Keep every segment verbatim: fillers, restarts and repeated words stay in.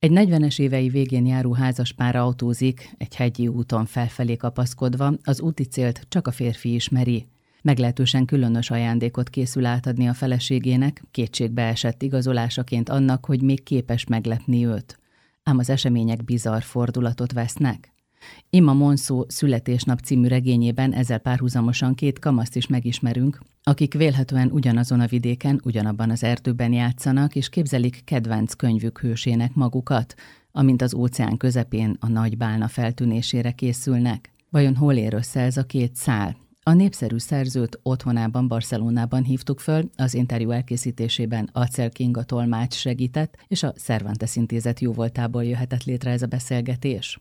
Egy negyvenes évei végén járó házaspár autózik, egy hegyi úton felfelé kapaszkodva, az úti célt csak a férfi ismeri. Meglehetősen különös ajándékot készül átadni a feleségének, kétségbe esett igazolásaként annak, hogy még képes meglepni őt. Ám az események bizarr fordulatot vesznek. Imma Monszó Születésnap című regényében ezzel párhuzamosan két kamaszt is megismerünk, akik vélhetően ugyanazon a vidéken, ugyanabban az erdőben játszanak, és képzelik kedvenc könyvük hősének magukat, amint az óceán közepén a nagy bálna feltűnésére készülnek. Vajon hol ér össze ez a két szál? A népszerű szerzőt otthonában, Barcelonában hívtuk föl, az interjú elkészítésében Acel Kinga tolmács segített, és a Cervantes Intézet jóvoltából jöhetett létre ez a beszélgetés.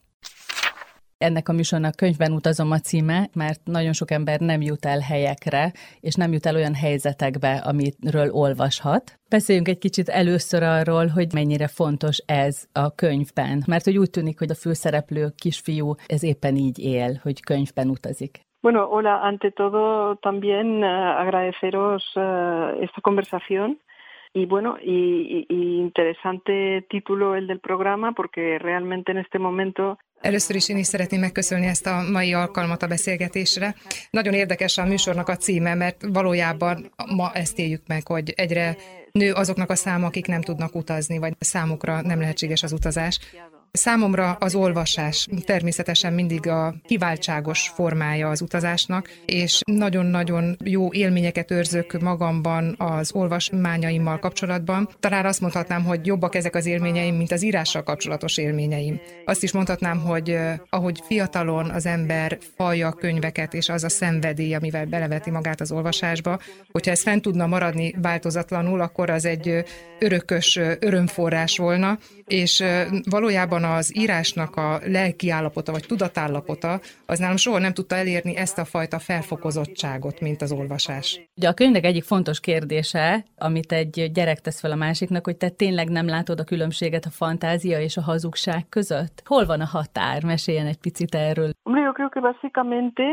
Ennek a műsornak Könyvben utazom a címe, mert nagyon sok ember nem jut el helyekre, és nem jut el olyan helyzetekbe, amiről olvashat. Beszéljünk egy kicsit először arról, hogy mennyire fontos ez a könyvben, mert hogy úgy tűnik, hogy a főszereplő kisfiú ez éppen így él, hogy könyvben utazik. Bueno, hola, ante todo también uh, agradeceros uh, esta conversación. Y bueno, y, y interesante título el del programa, porque realmente en este momento... Először is én is szeretném megköszönni ezt a mai alkalmat a beszélgetésre. Nagyon érdekes a műsornak a címe, mert valójában ma ezt éljük meg, hogy egyre nő azoknak a száma, akik nem tudnak utazni, vagy számukra nem lehetséges az utazás. Számomra az olvasás természetesen mindig a kiváltságos formája az utazásnak, és nagyon-nagyon jó élményeket őrzök magamban az olvasmányaimmal kapcsolatban. Talán azt mondhatnám, hogy jobbak ezek az élményeim, mint az írással kapcsolatos élményeim. Azt is mondhatnám, hogy ahogy fiatalon az ember falja a könyveket, és az a szenvedély, amivel beleveti magát az olvasásba, hogyha ez fent tudna maradni változatlanul, akkor az egy örökös örömforrás volna, és valójában az írásnak a lelki állapota, vagy tudatállapota, az nálam soha nem tudta elérni ezt a fajta felfokozottságot, mint az olvasás. Ugye a könyvnek egyik fontos kérdése, amit egy gyerek tesz fel a másiknak, hogy te tényleg nem látod a különbséget a fantázia és a hazugság között? Hol van a határ? Meséljen egy picit erről. Hombre, yo creo que básicamente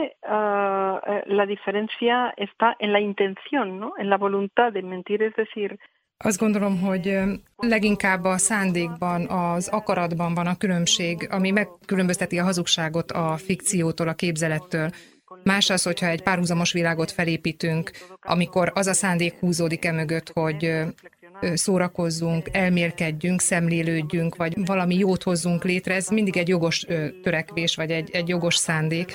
uh, la diferencia está en la intención, ¿no? En la voluntad de mentir, es decir, azt gondolom, hogy leginkább a szándékban, az akaratban van a különbség, ami megkülönbözteti a hazugságot a fikciótól, a képzelettől. Más az, hogyha egy párhuzamos világot felépítünk, amikor az a szándék húzódik e mögött, hogy szórakozzunk, elmélkedjünk, szemlélődjünk, vagy valami jót hozzunk létre, ez mindig egy jogos törekvés, vagy egy, egy jogos szándék.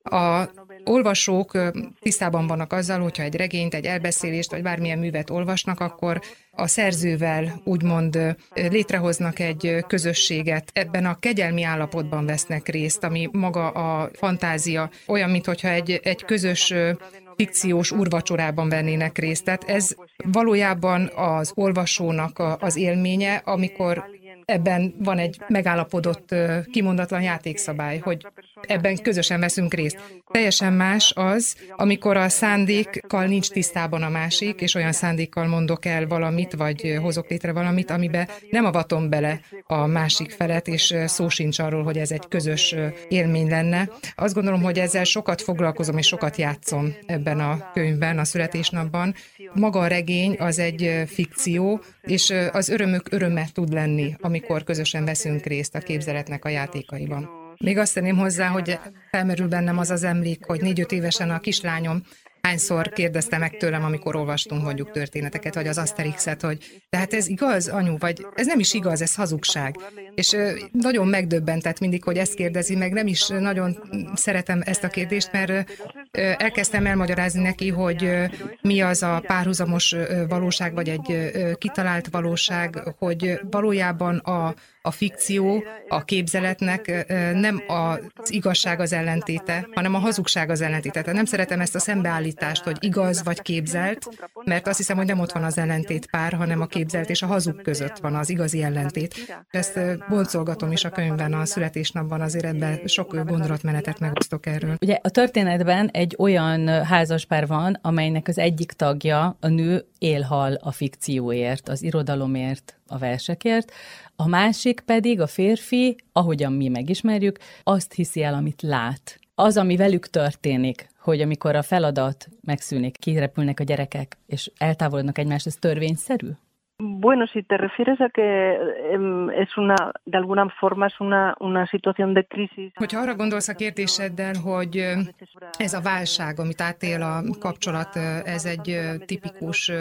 A olvasók tisztában vannak azzal, hogyha egy regényt, egy elbeszélést, vagy bármilyen művet olvasnak, akkor a szerzővel úgymond létrehoznak egy közösséget. Ebben a kegyelmi állapotban vesznek részt, ami maga a fantázia, olyan, mintha egy, egy közös fikciós úrvacsorában vennének részt. Tehát ez valójában az olvasónak az élménye, amikor ebben van egy megállapodott, kimondatlan játékszabály, hogy ebben közösen veszünk részt. Teljesen más az, amikor a szándékkal nincs tisztában a másik, és olyan szándékkal mondok el valamit, vagy hozok létre valamit, amiben nem avatom bele a másik felet, és szó sincs arról, hogy ez egy közös élmény lenne. Azt gondolom, hogy ezzel sokat foglalkozom, és sokat játszom ebben a könyvben, a születésnapban. Maga a regény az egy fikció, és az örömök öröme tud lenni, amikor közösen veszünk részt a képzeletnek a játékaiban. Még azt tenném hozzá, hogy felmerül bennem az az emlék, hogy négy-öt évesen a kislányom hányszor kérdezte meg tőlem, amikor olvastunk mondjuk történeteket, vagy az Asterixet, hogy tehát ez igaz, anyu, vagy ez nem is igaz, ez hazugság. És nagyon megdöbbentett mindig, hogy ezt kérdezi, meg nem is nagyon szeretem ezt a kérdést, mert elkezdtem elmagyarázni neki, hogy mi az a párhuzamos valóság, vagy egy kitalált valóság, hogy valójában a A fikció, a képzeletnek nem az igazság az ellentéte, hanem a hazugság az ellentéte. Tehát nem szeretem ezt a szembeállítást, hogy igaz vagy képzelt, mert azt hiszem, hogy nem ott van az ellentétpár, hanem a képzelt és a hazug között van az igazi ellentét. Ezt boncolgatom is a könyvben, a születésnapban, azért ebben sok gondolatmenetet megosztok erről. Ugye a történetben egy olyan házaspár van, amelynek az egyik tagja, a nő él-hal a fikcióért, az irodalomért, a versekért, a másik pedig, a férfi, ahogyan mi megismerjük, azt hiszi el, amit lát. Az, ami velük történik, hogy amikor a feladat megszűnik, kirepülnek a gyerekek, és eltávolodnak egymást, ez törvényszerű? Bueno, si te refieres a que es una, de alguna forma es una, una situación de crisis. Hogyha arra gondolsz a kérdéseddel, hogy ez a válság, amit átél a kapcsolat, ez egy tipikus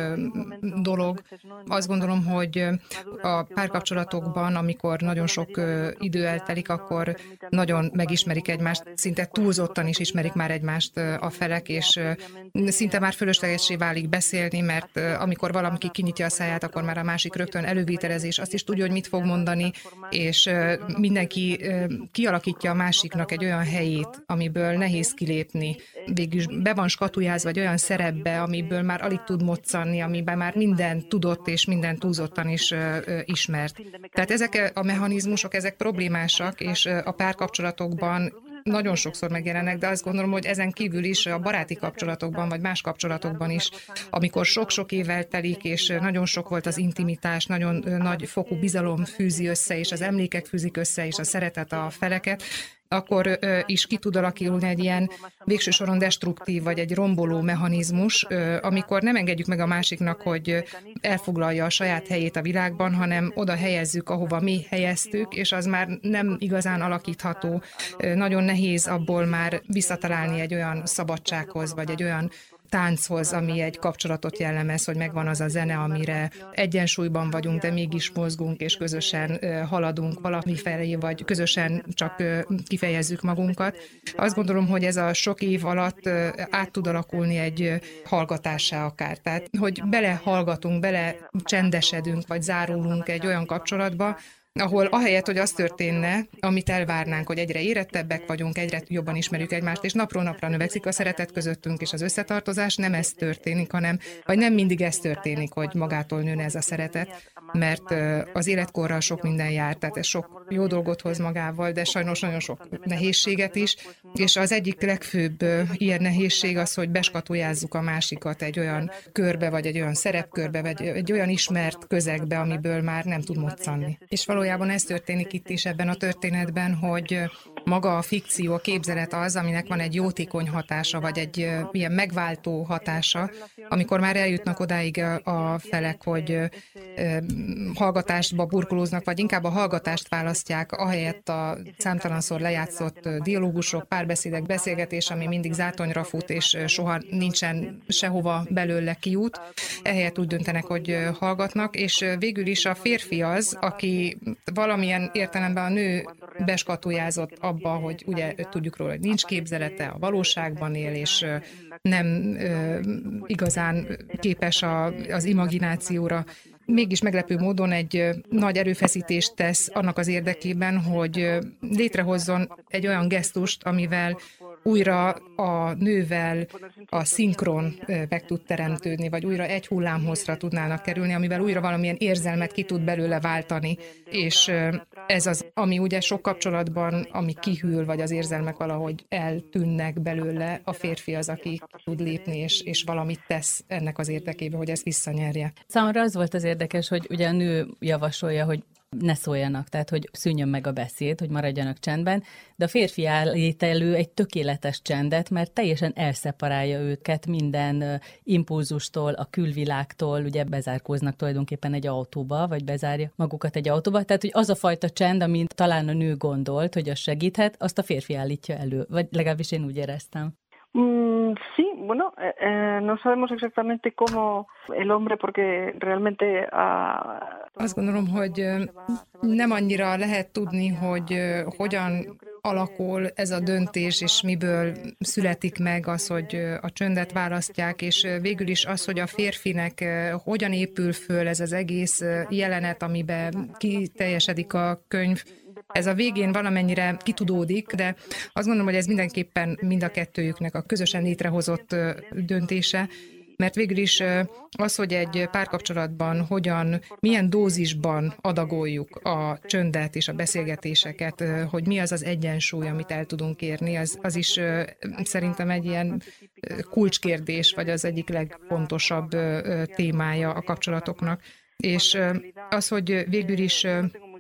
dolog, azt gondolom, hogy a párkapcsolatokban, amikor nagyon sok idő eltelik, akkor nagyon megismerik egymást, szinte túlzottan is ismerik már egymást a felek, és szinte már fölöslegessé válik beszélni, mert amikor valaki kinyitja a száját, akkor már a másik rögtön elővételezés, azt is tudja, hogy mit fog mondani, és mindenki kialakítja a másiknak egy olyan helyét, amiből nehéz kilépni. Végül be van skatujázva egy olyan szerepbe, amiből már alig tud moccanni, amiben már minden tudott és minden túlzottan is ismert. Tehát ezek a mechanizmusok, ezek problémásak, és a párkapcsolatokban nagyon sokszor megjelennek, de azt gondolom, hogy ezen kívül is a baráti kapcsolatokban, vagy más kapcsolatokban is, amikor sok-sok év eltelik, és nagyon sok volt az intimitás, nagyon nagy fokú bizalom fűzi össze, és az emlékek fűzik össze, és a szeretet a feleket, akkor is ki tud alakulni egy ilyen végső soron destruktív, vagy egy romboló mechanizmus, amikor nem engedjük meg a másiknak, hogy elfoglalja a saját helyét a világban, hanem oda helyezzük, ahova mi helyeztük, és az már nem igazán alakítható. Nagyon nehéz abból már visszatalálni egy olyan szabadsághoz, vagy egy olyan tánchoz, ami egy kapcsolatot jellemez, hogy megvan az a zene, amire egyensúlyban vagyunk, de mégis mozgunk, és közösen haladunk valami felé, vagy közösen csak kifejezzük magunkat. Azt gondolom, hogy ez a sok év alatt át tud alakulni egy hallgatássá akár. Tehát, hogy belehallgatunk, bele csendesedünk, vagy zárulunk egy olyan kapcsolatba, ahol ahelyett, hogy az történne, amit elvárnánk, hogy egyre érettebbek vagyunk, egyre jobban ismerjük egymást, és napról napra növekszik a szeretet közöttünk és az összetartozás, nem ez történik, hanem, vagy nem mindig ez történik, hogy magától nőne ez a szeretet, mert az életkorral sok minden jár, tehát ez sok jó dolgot hoz magával, de sajnos nagyon sok nehézséget is, és az egyik legfőbb ilyen nehézség az, hogy beskatujázzuk a másikat egy olyan körbe, vagy egy olyan szerepkörbe, vagy egy olyan ismert közegbe, amiből már nem tud moccanni. És valójában ez történik itt is ebben a történetben, hogy maga a fikció, a képzelet az, aminek van egy jótékony hatása, vagy egy ilyen megváltó hatása, amikor már eljutnak odáig a felek, hogy hallgatásba burkolóznak, vagy inkább a hallgatást választják, ahelyett a számtalanszor lejátszott dialógusok, párbeszédek, beszélgetés, ami mindig zátonyra fut, és soha nincsen sehova belőle kiút. Ehelyett úgy döntenek, hogy hallgatnak, és végül is a férfi az, aki valamilyen értelemben a nő beskatujázott abba, hogy ugye tudjuk róla, hogy nincs képzelete, a valóságban él, és nem igazán képes a, az imaginációra. Mégis meglepő módon egy nagy erőfeszítést tesz annak az érdekében, hogy létrehozzon egy olyan gesztust, amivel újra a nővel a szinkron meg tud teremtődni, vagy újra egy hullámhozra tudnának kerülni, amivel újra valamilyen érzelmet ki tud belőle váltani, és ez az, ami ugye sok kapcsolatban, ami kihűl, vagy az érzelmek valahogy eltűnnek belőle, a férfi az, aki tud lépni, és, és valamit tesz ennek az érdekében, hogy ezt visszanyerje. Számomra az volt az érdekes, hogy ugye a nő javasolja, hogy ne szóljanak, tehát hogy szűnjön meg a beszéd, hogy maradjanak csendben, de a férfi állít elő egy tökéletes csendet, mert teljesen elszeparálja őket minden impulzustól, a külvilágtól, ugye bezárkóznak tulajdonképpen egy autóba, vagy bezárja magukat egy autóba, tehát hogy az a fajta csend, amit talán a nő gondolt, hogy az segíthet, azt a férfi állítja elő, vagy legalábbis én úgy éreztem. Mm, sí, bueno, eh, no sabemos exactamente cómo el hombre, porque realmente... Uh, Azt gondolom, hogy nem annyira lehet tudni, hogy hogyan alakul ez a döntés, és miből születik meg az, hogy a csöndet választják, és végül is az, hogy a férfinek hogyan épül föl ez az egész jelenet, amiben kiteljesedik a könyv. Ez a végén valamennyire kitudódik, de azt gondolom, hogy ez mindenképpen mind a kettőjüknek a közösen létrehozott döntése, mert végül is az, hogy egy párkapcsolatban hogyan, milyen dózisban adagoljuk a csöndet és a beszélgetéseket, hogy mi az az egyensúly, amit el tudunk érni, az, az is szerintem egy ilyen kulcskérdés, vagy az egyik legfontosabb témája a kapcsolatoknak. És az, hogy végül is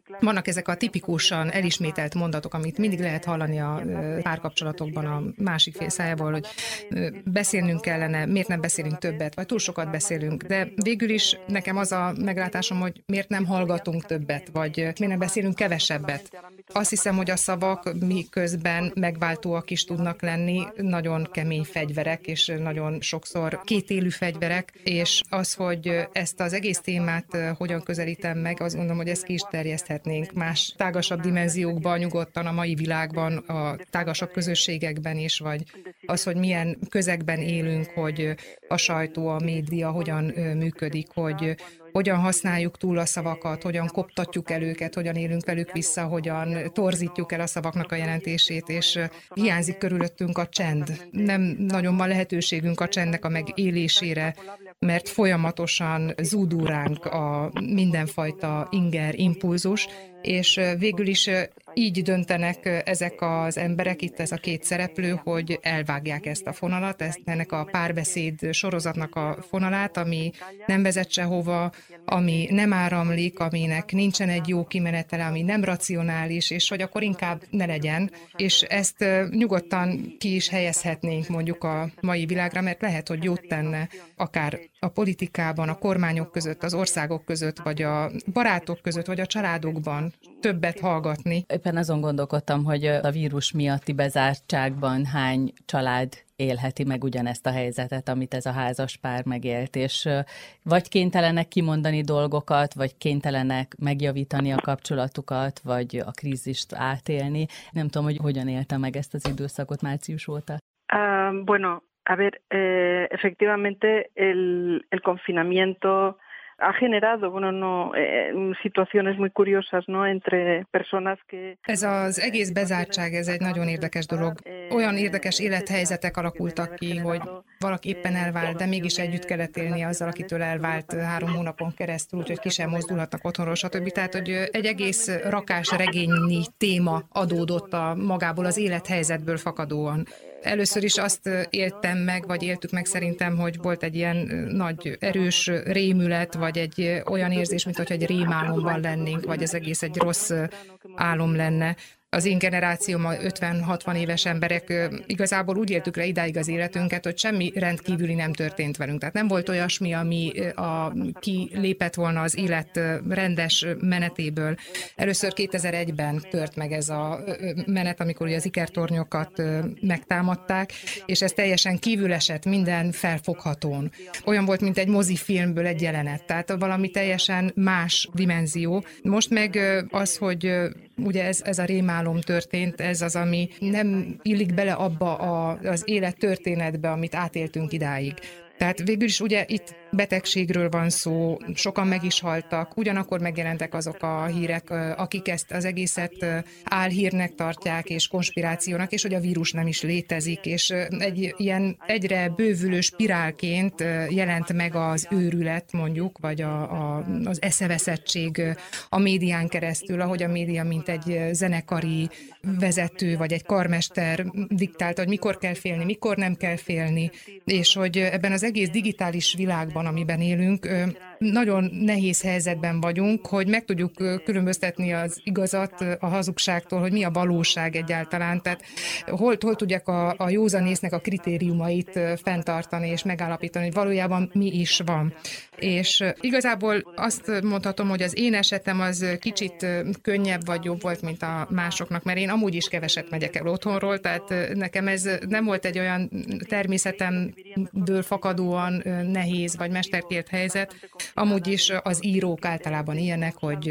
vannak ezek a tipikusan elismételt mondatok, amit mindig lehet hallani a párkapcsolatokban a másik fél szájából, hogy beszélnünk kellene, miért nem beszélünk többet, vagy túl sokat beszélünk, de végül is nekem az a meglátásom, hogy miért nem hallgatunk többet, vagy miért nem beszélünk kevesebbet. Azt hiszem, hogy a szavak miközben megváltóak is tudnak lenni, nagyon kemény fegyverek, és nagyon sokszor kétélű fegyverek, és az, hogy ezt az egész témát hogyan közelítem meg, azt gondolom, hogy ezt ki is terjeszthetnénk más tágasabb dimenziókban, nyugodtan a mai világban, a tágasabb közösségekben is, vagy az, hogy milyen közegben élünk, hogy a sajtó, a média hogyan működik, hogy hogyan használjuk túl a szavakat, hogyan koptatjuk el őket, hogyan élünk velük vissza, hogyan torzítjuk el a szavaknak a jelentését, és hiányzik körülöttünk a csend. Nem nagyon van lehetőségünk a csendnek a megélésére, mert folyamatosan zúdul ránk a mindenfajta inger, impulzus, és végül is így döntenek ezek az emberek, itt ez a két szereplő, hogy elvágják ezt a fonalat, ezt, ennek a párbeszéd sorozatnak a fonalát, ami nem vezet sehova, ami nem áramlik, aminek nincsen egy jó kimenetele, ami nem racionális, és hogy akkor inkább ne legyen, és ezt nyugodtan ki is helyezhetnénk mondjuk a mai világra, mert lehet, hogy jót tenne akár a politikában, a kormányok között, az országok között, vagy a barátok között, vagy a családokban többet hallgatni. Éppen azon gondolkodtam, hogy a vírus miatti bezártságban hány család élheti meg ugyanezt a helyzetet, amit ez a házas pár megélt, és vagy kénytelenek kimondani dolgokat, vagy kénytelenek megjavítani a kapcsolatukat, vagy a krízist átélni. Nem tudom, hogy hogyan élte meg ezt az időszakot március óta. Uh, bueno, a ver, eh, efectivamente el, el confinamiento ha generado, bueno, no, eh, situaciones muy curiosas, no, entre personas que... Ez az egész bezártság, ez egy nagyon érdekes dolog. Olyan érdekes élethelyzetek alakultak ki, hogy valaki éppen elvált, de mégis együtt kellett élni azzal, akitől elvált három hónapon keresztül, úgyhogy ki sem mozdulhatnak otthonról, stb. Tehát, hogy egy egész rakás regényi téma adódott a magából az élethelyzetből fakadóan. Először is azt éltem meg, vagy éltük meg szerintem, hogy volt egy ilyen nagy erős rémület, vagy egy olyan érzés, mint hogy egy rémálomban lennénk, vagy ez egész egy rossz álom lenne. Az én generációm, a ötven-hatvan éves emberek igazából úgy éltük le idáig az életünket, hogy semmi rendkívüli nem történt velünk. Tehát nem volt olyasmi, ami a, ki lépett volna az élet rendes menetéből. Először kétezer-egyben tört meg ez a menet, amikor az ikertornyokat megtámadták, és ez teljesen kívül esett minden felfoghatón. Olyan volt, mint egy mozifilmből egy jelenet, tehát valami teljesen más dimenzió. Most meg az, hogy ugye ez, ez a rémálom történt, ez az, ami nem illik bele abba a, az élet történetbe, amit átéltünk idáig. Tehát végül is ugye itt betegségről van szó, sokan meg is haltak, ugyanakkor megjelentek azok a hírek, akik ezt az egészet álhírnek tartják, és konspirációnak, és hogy a vírus nem is létezik, és egy ilyen egyre bővülő spirálként jelent meg az őrület, mondjuk, vagy a, a, az eszeveszettség a médián keresztül, ahogy a média, mint egy zenekari vezető, vagy egy karmester diktálta, hogy mikor kell félni, mikor nem kell félni, és hogy ebben az egész digitális világban, amiben élünk, nagyon nehéz helyzetben vagyunk, hogy meg tudjuk különböztetni az igazat a hazugságtól, hogy mi a valóság egyáltalán. Tehát hol, hol tudják a, a józanésznek a kritériumait fenntartani és megállapítani, hogy valójában mi is van. És igazából azt mondhatom, hogy az én esetem az kicsit könnyebb vagy jobb volt, mint a másoknak, mert én amúgy is keveset megyek el otthonról, tehát nekem ez nem volt egy olyan természetemből fakadóan nehéz vagy mesterkélt helyzet. Amúgy is az írók általában ilyenek, hogy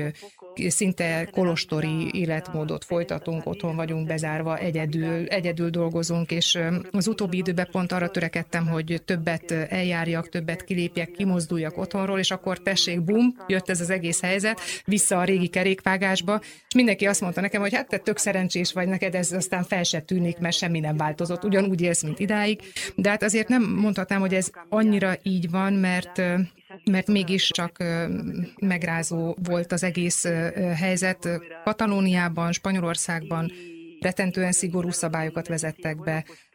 szinte kolostori életmódot folytatunk, otthon vagyunk bezárva, egyedül, egyedül dolgozunk, és az utóbbi időben pont arra törekedtem, hogy többet eljárjak, többet kilépjek, kimozduljak otthonról, és akkor tessék, bum, jött ez az egész helyzet, vissza a régi kerékvágásba, és mindenki azt mondta nekem, hogy hát te tök szerencsés vagy, neked ez aztán fel se tűnik, mert semmi nem változott, ugyanúgy élsz, mint idáig, de hát azért nem mondhatnám, hogy ez annyira így van, mert mert mégiscsak megrázó volt az egész helyzet. Katalóniában, Spanyolországban rettentően szigorú szabályokat vezettek be.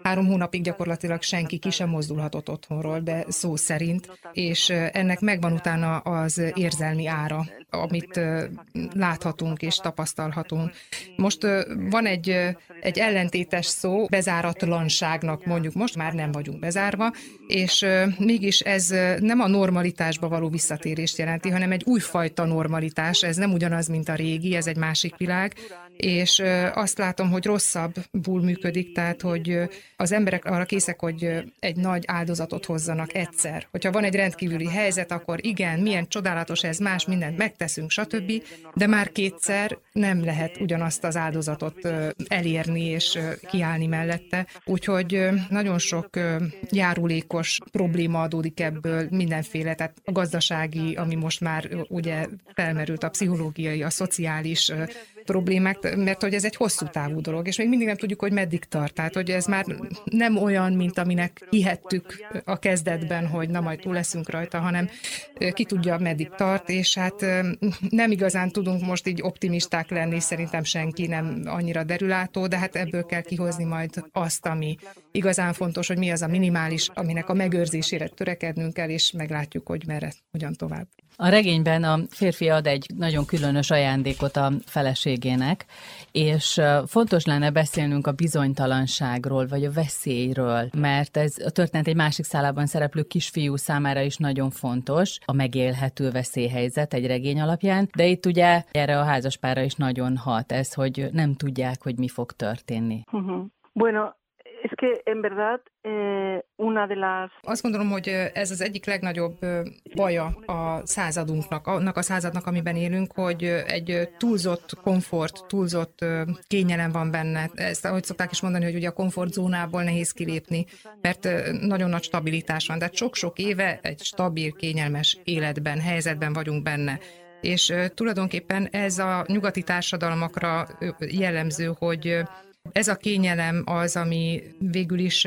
Három hónapig gyakorlatilag senki ki sem mozdulhatott otthonról, de szó szerint, és ennek megvan utána az érzelmi ára, amit láthatunk és tapasztalhatunk. Most van egy, egy ellentétes szó, bezáratlanságnak mondjuk, most már nem vagyunk bezárva, és mégis ez nem a normalitásba való visszatérést jelenti, hanem egy újfajta normalitás, ez nem ugyanaz, mint a régi, ez egy másik világ, és azt látom, hogy rosszabbul működik, tehát hogy az emberek arra készek, hogy egy nagy áldozatot hozzanak egyszer. Hogyha van egy rendkívüli helyzet, akkor igen, milyen csodálatos ez, más mindent megteszünk, stb., de már kétszer nem lehet ugyanazt az áldozatot elérni és kiállni mellette. Úgyhogy nagyon sok járulékos probléma adódik ebből, mindenféle, tehát a gazdasági, ami most már ugye felmerült, a pszichológiai, a szociális problémák, mert hogy ez egy hosszú távú dolog, és még mindig nem tudjuk, hogy meddig tart. Tehát, hogy ez már nem olyan, mint aminek hihettük a kezdetben, hogy na majd túl leszünk rajta, hanem ki tudja, meddig tart, és hát nem igazán tudunk most így optimisták lenni, szerintem senki nem annyira derülátó, de hát ebből kell kihozni majd azt, ami igazán fontos, hogy mi az a minimális, aminek a megőrzésére törekednünk kell, és meglátjuk, hogy merre, hogyan tovább. A regényben a férfi ad egy nagyon különös ajándékot a feleségének, és fontos lenne beszélnünk a bizonytalanságról, vagy a veszélyről, mert ez a történet egy másik szálában szereplő kisfiú számára is nagyon fontos, a megélhető veszélyhelyzet egy regény alapján, de itt ugye erre a házaspárra is nagyon hat ez, hogy nem tudják, hogy mi fog történni. Uh-huh. Bueno, es que en verdad eh, una de las... Azt gondolom, hogy ez az egyik legnagyobb baja a századunknak, annak a századnak, amiben élünk, hogy egy túlzott komfort, túlzott kényelem van benne. Ezt, ahogy szokták is mondani, hogy ugye a komfortzónából nehéz kilépni, mert nagyon nagy stabilitás van. Tehát sok-sok éve egy stabil, kényelmes életben, helyzetben vagyunk benne. És tulajdonképpen ez a nyugati társadalmakra jellemző, hogy ez a kényelem az, ami végül is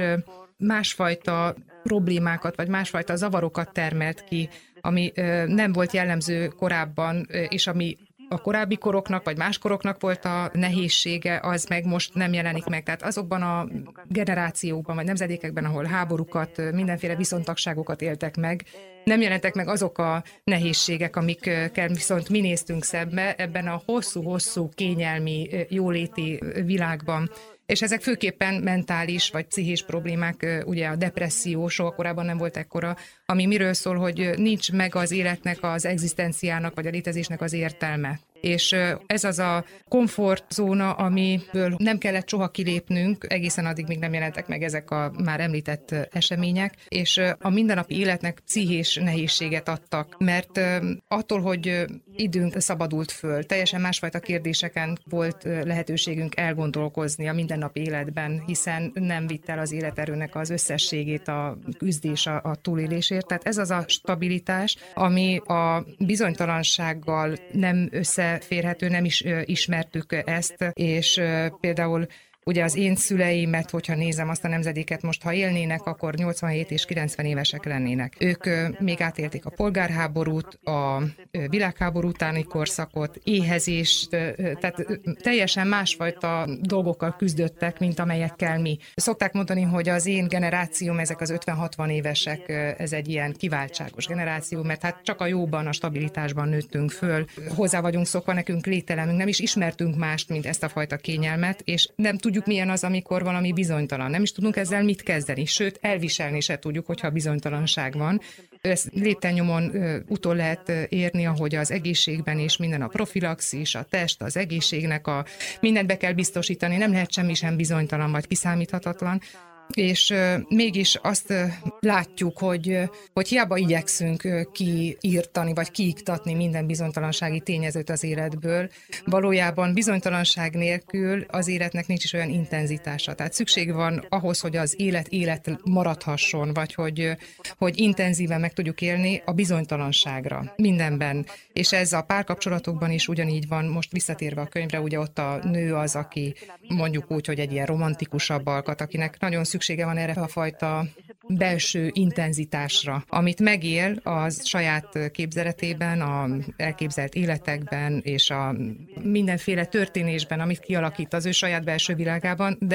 másfajta problémákat, vagy másfajta zavarokat termelt ki, ami nem volt jellemző korábban, és ami a korábbi koroknak, vagy más koroknak volt a nehézsége, az meg most nem jelenik meg. Tehát azokban a generációkban, vagy nemzedékekben, ahol háborúkat, mindenféle viszontagságokat éltek meg, nem jelentek meg azok a nehézségek, amikkel viszont mi néztünk szembe ebben a hosszú-hosszú kényelmi, jóléti világban. És ezek főképpen mentális vagy pszichés problémák, ugye a depresszió, soha korábban nem volt ekkora, ami miről szól, hogy nincs meg az életnek, az egzisztenciának vagy a létezésnek az értelme. És ez az a komfortzóna, amiből nem kellett soha kilépnünk, egészen addig még nem jelentek meg ezek a már említett események, és a mindennapi életnek pszichés nehézséget adtak, mert attól, hogy időnk szabadult föl, teljesen másfajta kérdéseken volt lehetőségünk elgondolkozni a mindennapi életben, hiszen nem vitt el az életerőnek az összességét a küzdés, a, a túlélésért. Tehát ez az a stabilitás, ami a bizonytalansággal nem összeférhető, nem is ismertük ezt, és például ugye az én szüleimet, hogyha nézem azt a nemzedéket most, ha élnének, akkor nyolcvanhét és kilencven évesek lennének. Ők még átélték a polgárháborút, a világháború utáni korszakot, éhezést, tehát teljesen másfajta dolgokkal küzdöttek, mint amelyekkel mi. Szokták mondani, hogy az én generációm, ezek az ötven-hatvan évesek, ez egy ilyen kiváltságos generáció, mert hát csak a jóban, a stabilitásban nőttünk föl. Hozzá vagyunk szokva, nekünk lételemünk, nem is ismertünk mást, mint ezt a fajta kényelmet, és nem tudjuk, milyen az, amikor valami bizonytalan. Nem is tudunk ezzel mit kezdeni, sőt, elviselni se tudjuk, hogyha bizonytalanság van. Ezt lépten-nyomon utol lehet érni, ahogy az egészségben és minden a profilaxis, a test, az egészségnek a mindent be kell biztosítani, nem lehet semmi sem bizonytalan vagy kiszámíthatatlan. És uh, mégis azt uh, látjuk, hogy, uh, hogy hiába igyekszünk uh, kiírtani, vagy kiiktatni minden bizonytalansági tényezőt az életből, valójában bizonytalanság nélkül az életnek nincs is olyan intenzitása. Tehát szükség van ahhoz, hogy az élet élet maradhasson, vagy hogy, uh, hogy intenzíven meg tudjuk élni a bizonytalanságra mindenben. És ez a párkapcsolatokban is ugyanígy van, most visszatérve a könyvre, ugye ott a nő az, aki mondjuk úgy, hogy egy ilyen romantikusabb alkat, akinek nagyon szüksége van erre a fajta belső intenzitásra, amit megél a saját képzeletében, a elképzelt életekben és a mindenféle történésben, amit kialakít az ő saját belső világában, de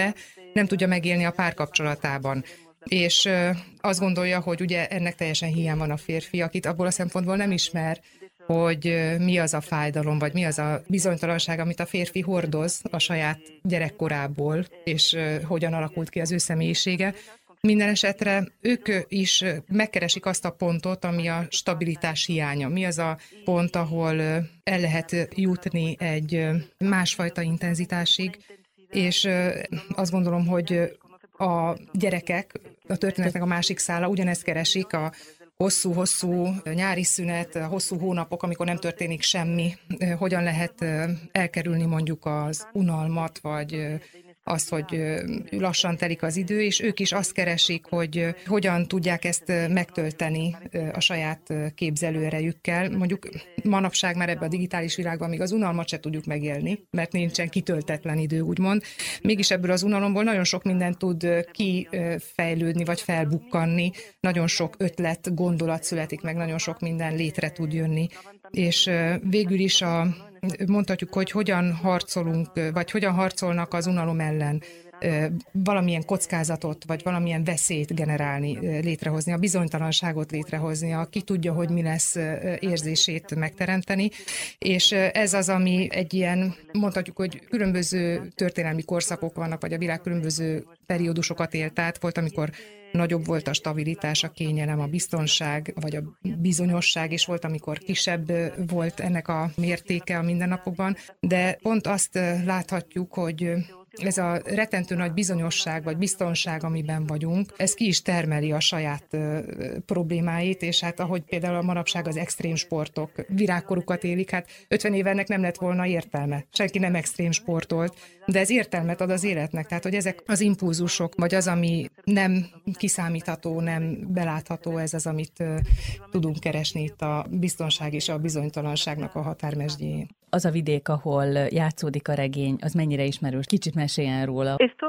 nem tudja megélni a párkapcsolatában. És azt gondolja, hogy ugye ennek teljesen hiány van a férfi, akit abból a szempontból nem ismer, hogy mi az a fájdalom, vagy mi az a bizonytalanság, amit a férfi hordoz a saját gyerekkorából, és hogyan alakult ki az ő személyisége. Minden esetre ők is megkeresik azt a pontot, ami a stabilitás hiánya. Mi az a pont, ahol el lehet jutni egy másfajta intenzitásig, és azt gondolom, hogy a gyerekek, a történetnek a másik szála ugyanezt keresik, a hosszú-hosszú nyári szünet, hosszú hónapok, amikor nem történik semmi, hogyan lehet elkerülni mondjuk az unalmat, vagy azt, hogy lassan telik az idő, és ők is azt keresik, hogy hogyan tudják ezt megtölteni a saját képzelőerejükkel. Mondjuk manapság már ebben a digitális világban még az unalmat se tudjuk megélni, mert nincsen kitöltetlen idő, úgymond. Mégis ebből az unalomból nagyon sok mindent tud kifejlődni, vagy felbukkanni, nagyon sok ötlet, gondolat születik meg, nagyon sok minden létre tud jönni. És végül is a mondhatjuk, hogy hogyan harcolunk, vagy hogyan harcolnak az unalom ellen, valamilyen kockázatot, vagy valamilyen veszélyt generálni, létrehozni, a bizonytalanságot létrehozni, a ki tudja, hogy mi lesz érzését megteremteni, és ez az, ami egy ilyen, mondhatjuk, hogy különböző történelmi korszakok vannak, vagy a világ különböző periódusokat élt át, volt, amikor nagyobb volt a stabilitás, a kényelem, a biztonság, vagy a bizonyosság, és volt, amikor kisebb volt ennek a mértéke a mindennapokban, de pont azt láthatjuk, hogy ez a rettentő nagy bizonyosság vagy biztonság, amiben vagyunk, ez ki is termeli a saját uh, problémáit, és hát ahogy például a manapság az extrém sportok virágkorukat élik, hát ötven éve ennek nem lett volna értelme. Senki nem extrém sportolt, de ez értelmet ad az életnek, tehát hogy ezek az impulzusok, vagy az, ami nem kiszámítható, nem belátható, ez az, amit uh, tudunk keresni itt a biztonság és a bizonytalanságnak a határmesdjéjén. Az a vidék, ahol játszódik a regény, az mennyire ismerős? Kicsit meséljen róla. Esto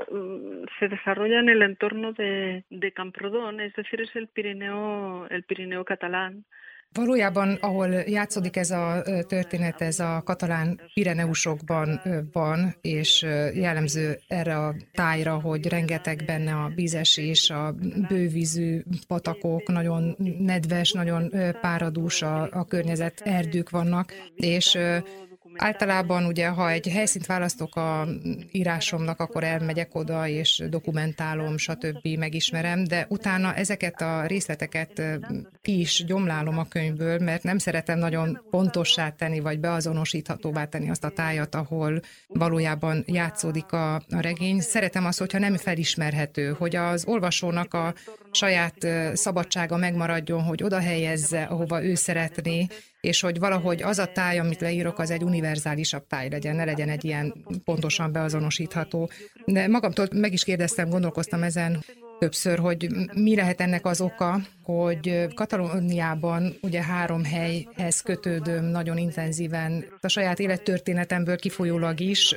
se desarrolla en el entorno de, de Camprodon, es decir, es el Pirineo, el Pirineo catalán. Valójában, ahol játszódik ez a történet, ez a katalán Pireneusokban van, és jellemző erre a tájra, hogy rengeteg benne a vízesés, a bővízű patakok, nagyon nedves, nagyon páradús a, a környezet, erdők vannak, és általában ugye, ha egy helyszínt választok a írásomnak, akkor elmegyek oda, és dokumentálom, stb. Megismerem, de utána ezeket a részleteket ki is gyomlálom a könyvből, mert nem szeretem nagyon pontossá tenni, vagy beazonosíthatóvá tenni azt a tájat, ahol valójában játszódik a, a regény. Szeretem azt, hogyha nem felismerhető, hogy az olvasónak a saját szabadsága megmaradjon, hogy oda helyezze, ahova ő szeretné, és hogy valahogy az a táj, amit leírok, az egy univerzálisabb táj legyen, ne legyen egy ilyen pontosan beazonosítható. De magamtól meg is kérdeztem, gondolkoztam ezen többször, hogy mi lehet ennek az oka, hogy Katalóniában ugye három helyhez kötődöm nagyon intenzíven, a saját élettörténetemből kifolyólag is,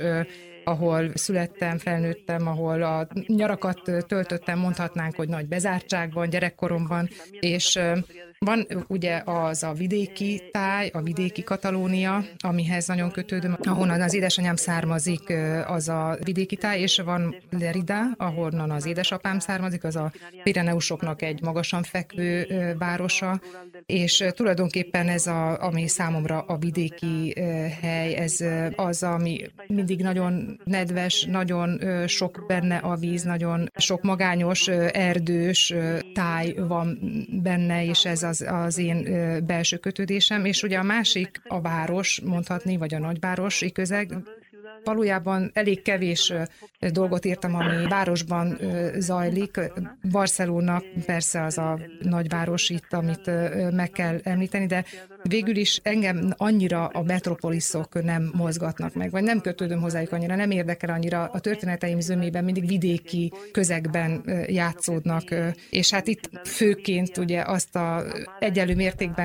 ahol születtem, felnőttem, ahol a nyarakat töltöttem, mondhatnánk, hogy nagy bezártságban, gyerekkoromban, és van ugye az a vidéki táj, a vidéki Katalónia, amihez nagyon kötődöm, ahonnan az édesanyám származik, az a vidéki táj, és van Lerida, ahonnan az édesapám származik, az a Pireneusoknak egy magasan fekvő városa, és tulajdonképpen ez, a, ami számomra a vidéki hely, ez az, ami mindig nagyon nedves, nagyon sok benne a víz, nagyon sok magányos, erdős táj van benne, és ez az, az én belső kötődésem, és ugye a másik a város, mondhatni, vagy a nagyvárosi közeg. Valójában elég kevés dolgot írtam, ami városban zajlik. Barcelona persze az a nagyváros itt, amit meg kell említeni, de végül is engem annyira a metropoliszok nem mozgatnak meg, vagy nem kötődöm hozzájuk annyira, nem érdekel annyira, a történeteim zömében mindig vidéki közegben játszódnak, és hát itt főként ugye azt a egyenlő mértékben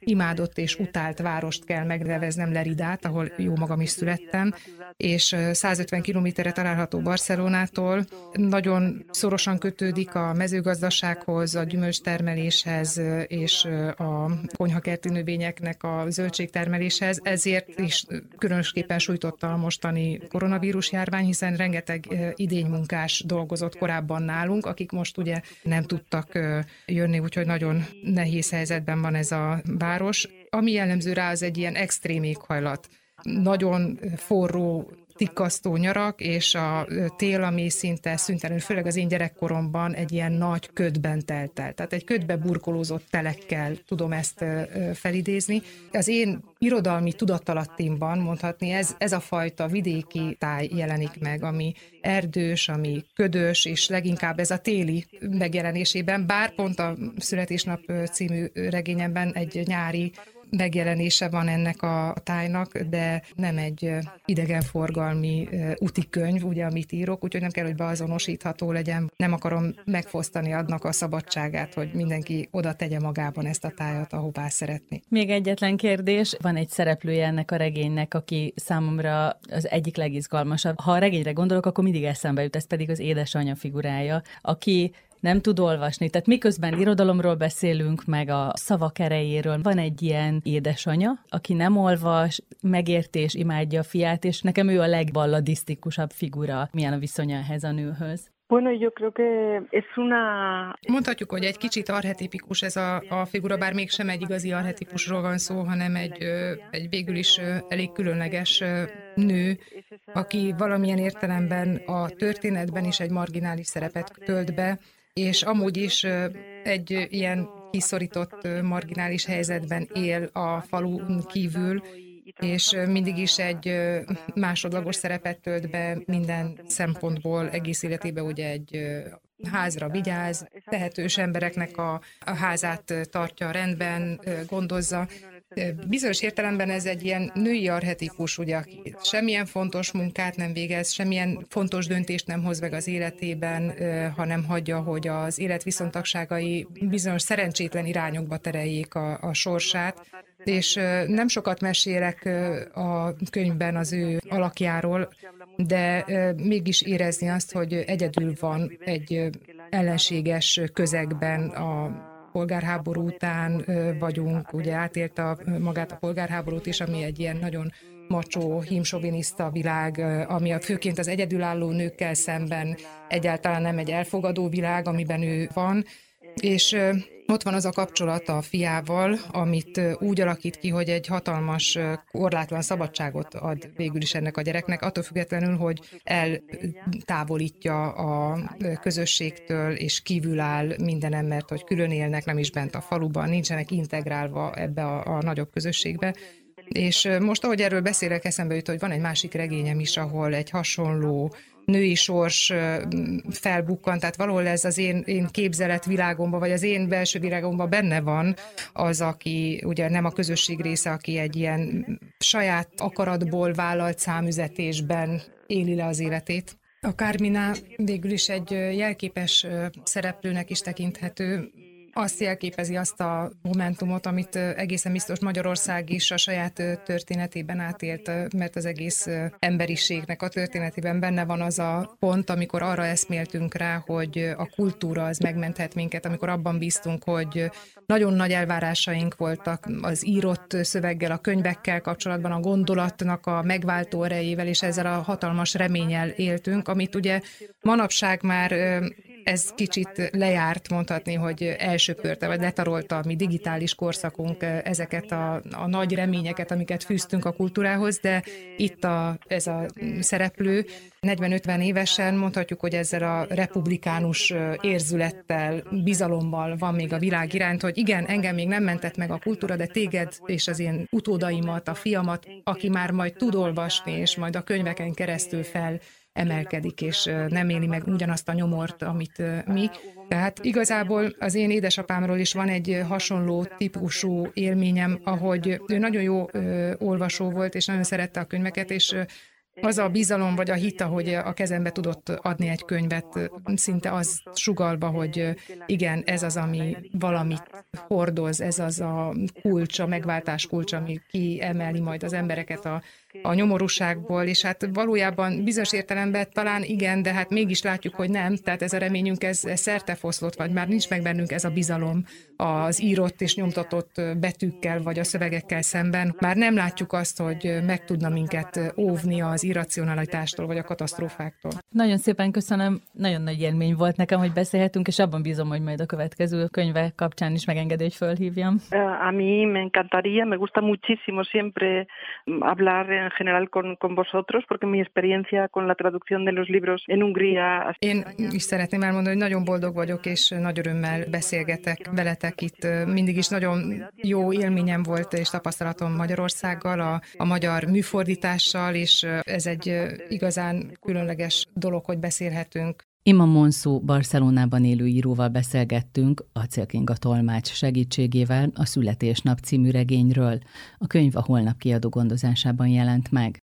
imádott és utált várost kell megneveznem, Leridát, ahol jó magam is születtem, és százötven kilométerre található Barcelonától. Nagyon szorosan kötődik a mezőgazdasághoz, a gyümölcstermeléshez és a konyhakerti növényeknek a zöldségtermeléshez, ezért is különösképpen sújtotta a mostani koronavírus járvány, hiszen rengeteg idénymunkás dolgozott korábban nálunk, akik most ugye nem tudtak jönni, úgyhogy nagyon nehéz helyzetben van ez a város. Ami jellemző rá, az egy ilyen extrém éghajlat. Nagyon forró, tikkasztó nyarak, és a tél, ami szinte szüntelenül, főleg az én gyerekkoromban egy ilyen nagy ködben telt el. Tehát egy ködbe burkolózott telekkel tudom ezt felidézni. Az én irodalmi tudatalattimban mondhatni, ez, ez a fajta vidéki táj jelenik meg, ami erdős, ami ködös, és leginkább ez a téli megjelenésében, bár pont a Születésnap című regényemben egy nyári megjelenése van ennek a tájnak, de nem egy idegenforgalmi úti könyv, ugye, amit írok, úgyhogy nem kell, hogy beazonosítható legyen. Nem akarom megfosztani adnak a szabadságát, hogy mindenki oda tegye magában ezt a tájat, ahová szeretné. Még egyetlen kérdés, van egy szereplője ennek a regénynek, aki számomra az egyik legizgalmasabb. Ha a regényre gondolok, akkor mindig eszembe jut, ez pedig az édesanyja figurája, aki nem tud olvasni. Tehát miközben irodalomról beszélünk, meg a szavak erejéről, van egy ilyen édesanya, aki nem olvas, megérti és imádja a fiát, és nekem ő a legballadisztikusabb figura. Milyen a viszonya ehhez a nőhöz? Bueno, yo creo que es una... Mondhatjuk, hogy egy kicsit archetipikus ez a, a figura, bár mégsem egy igazi archetipusról van szó, hanem egy, egy végül is elég különleges nő, aki valamilyen értelemben a történetben is egy marginális szerepet tölt be, és amúgy is egy ilyen kiszorított, marginális helyzetben él a falun kívül, és mindig is egy másodlagos szerepet tölt be minden szempontból, egész életében ugye egy házra vigyáz, tehetős embereknek a, a házát tartja rendben, gondozza. Bizonyos értelemben ez egy ilyen női archetipus, ugye, aki semmilyen fontos munkát nem végez, semmilyen fontos döntést nem hoz meg az életében, hanem hagyja, hogy az élet viszontagságai bizonyos szerencsétlen irányokba tereljék a, a sorsát. És nem sokat mesélek a könyvben az ő alakjáról, de mégis érezni azt, hogy egyedül van egy ellenséges közegben, a polgárháború után vagyunk, ugye átélte a, magát a polgárháborút is, ami egy ilyen nagyon macsó, hímsoviniszta világ, ami a főként az egyedülálló nőkkel szemben egyáltalán nem egy elfogadó világ, amiben ő van, és ott van az a kapcsolat a fiával, amit úgy alakít ki, hogy egy hatalmas, korlátlan szabadságot ad végül is ennek a gyereknek, attól függetlenül, hogy eltávolítja a közösségtől, és kívül áll mindenem, mert hogy külön élnek, nem is bent a faluban, nincsenek integrálva ebbe a, a nagyobb közösségbe. És most, ahogy erről beszélek, eszembe jut, hogy van egy másik regényem is, ahol egy hasonló női sors felbukkan, tehát valahol ez az én, én képzeletvilágomban, vagy az én belső világomban benne van az, aki ugye nem a közösség része, aki egy ilyen saját akaratból vállalt számüzetésben éli le az életét. A Carmina végül is egy jelképes szereplőnek is tekinthető, azt jelképezi azt a momentumot, amit egészen biztos Magyarország is a saját történetében átélt, mert az egész emberiségnek a történetében benne van az a pont, amikor arra eszméltünk rá, hogy a kultúra az megmenthet minket, amikor abban bíztunk, hogy nagyon nagy elvárásaink voltak az írott szöveggel, a könyvekkel kapcsolatban, a gondolatnak a megváltó erejével, és ezzel a hatalmas reménnyel éltünk, amit ugye manapság már ez kicsit lejárt, mondhatni, hogy elsöpörte, vagy letarolta a mi digitális korszakunk ezeket a, a nagy reményeket, amiket fűztünk a kultúrához, de itt a, ez a szereplő negyven-ötven évesen mondhatjuk, hogy ezzel a republikánus érzülettel, bizalommal van még a világ iránt, hogy igen, engem még nem mentett meg a kultúra, de téged és az én utódaimat, a fiamat, aki már majd tud olvasni, és majd a könyveken keresztül fel emelkedik, és nem éli meg ugyanazt a nyomort, amit mi. Tehát igazából az én édesapámról is van egy hasonló típusú élményem, ahogy ő nagyon jó olvasó volt, és nagyon szerette a könyveket, és Az a bizalom vagy a hit, hogy a kezembe tudott adni egy könyvet, szinte az sugallva, hogy igen, ez az, ami valamit hordoz, ez az a kulcs, a megváltás kulcs, ami kiemeli majd az embereket a, a nyomorúságból, és hát valójában bizonyos értelemben talán igen, de hát mégis látjuk, hogy nem, tehát ez a reményünk, ez, ez szertefoszlott, vagy már nincs meg bennünk ez a bizalom az írott és nyomtatott betűkkel, vagy a szövegekkel szemben. Már nem látjuk azt, hogy meg tudna minket óvni az irracionalitástól, vagy a katasztrófáktól. Nagyon szépen köszönöm, nagyon nagy élmény volt nekem, hogy beszélhetünk, és abban bízom, hogy majd a következő könyve kapcsán is megengedő, hogy fölhívjam. A mí me encantaría, me gusta muchísimo siempre hablar en general con, con vosotros, porque mi experiencia con la traducción de los libros en Hungría... Én is szeretném elmondani, hogy nagyon boldog vagyok, és nagy örömmel beszélgetek veletek itt. Mindig is nagyon jó élményem volt, és tapasztalatom Magyarországgal, a, a magyar műfordítással, és ez egy igazán különleges dolog, hogy beszélhetünk. Ima Monszó Barcelonában élő íróval beszélgettünk, Acél Kinga tolmács segítségével a Születésnap című regényről. A könyv a Holnap kiadó gondozásában jelent meg.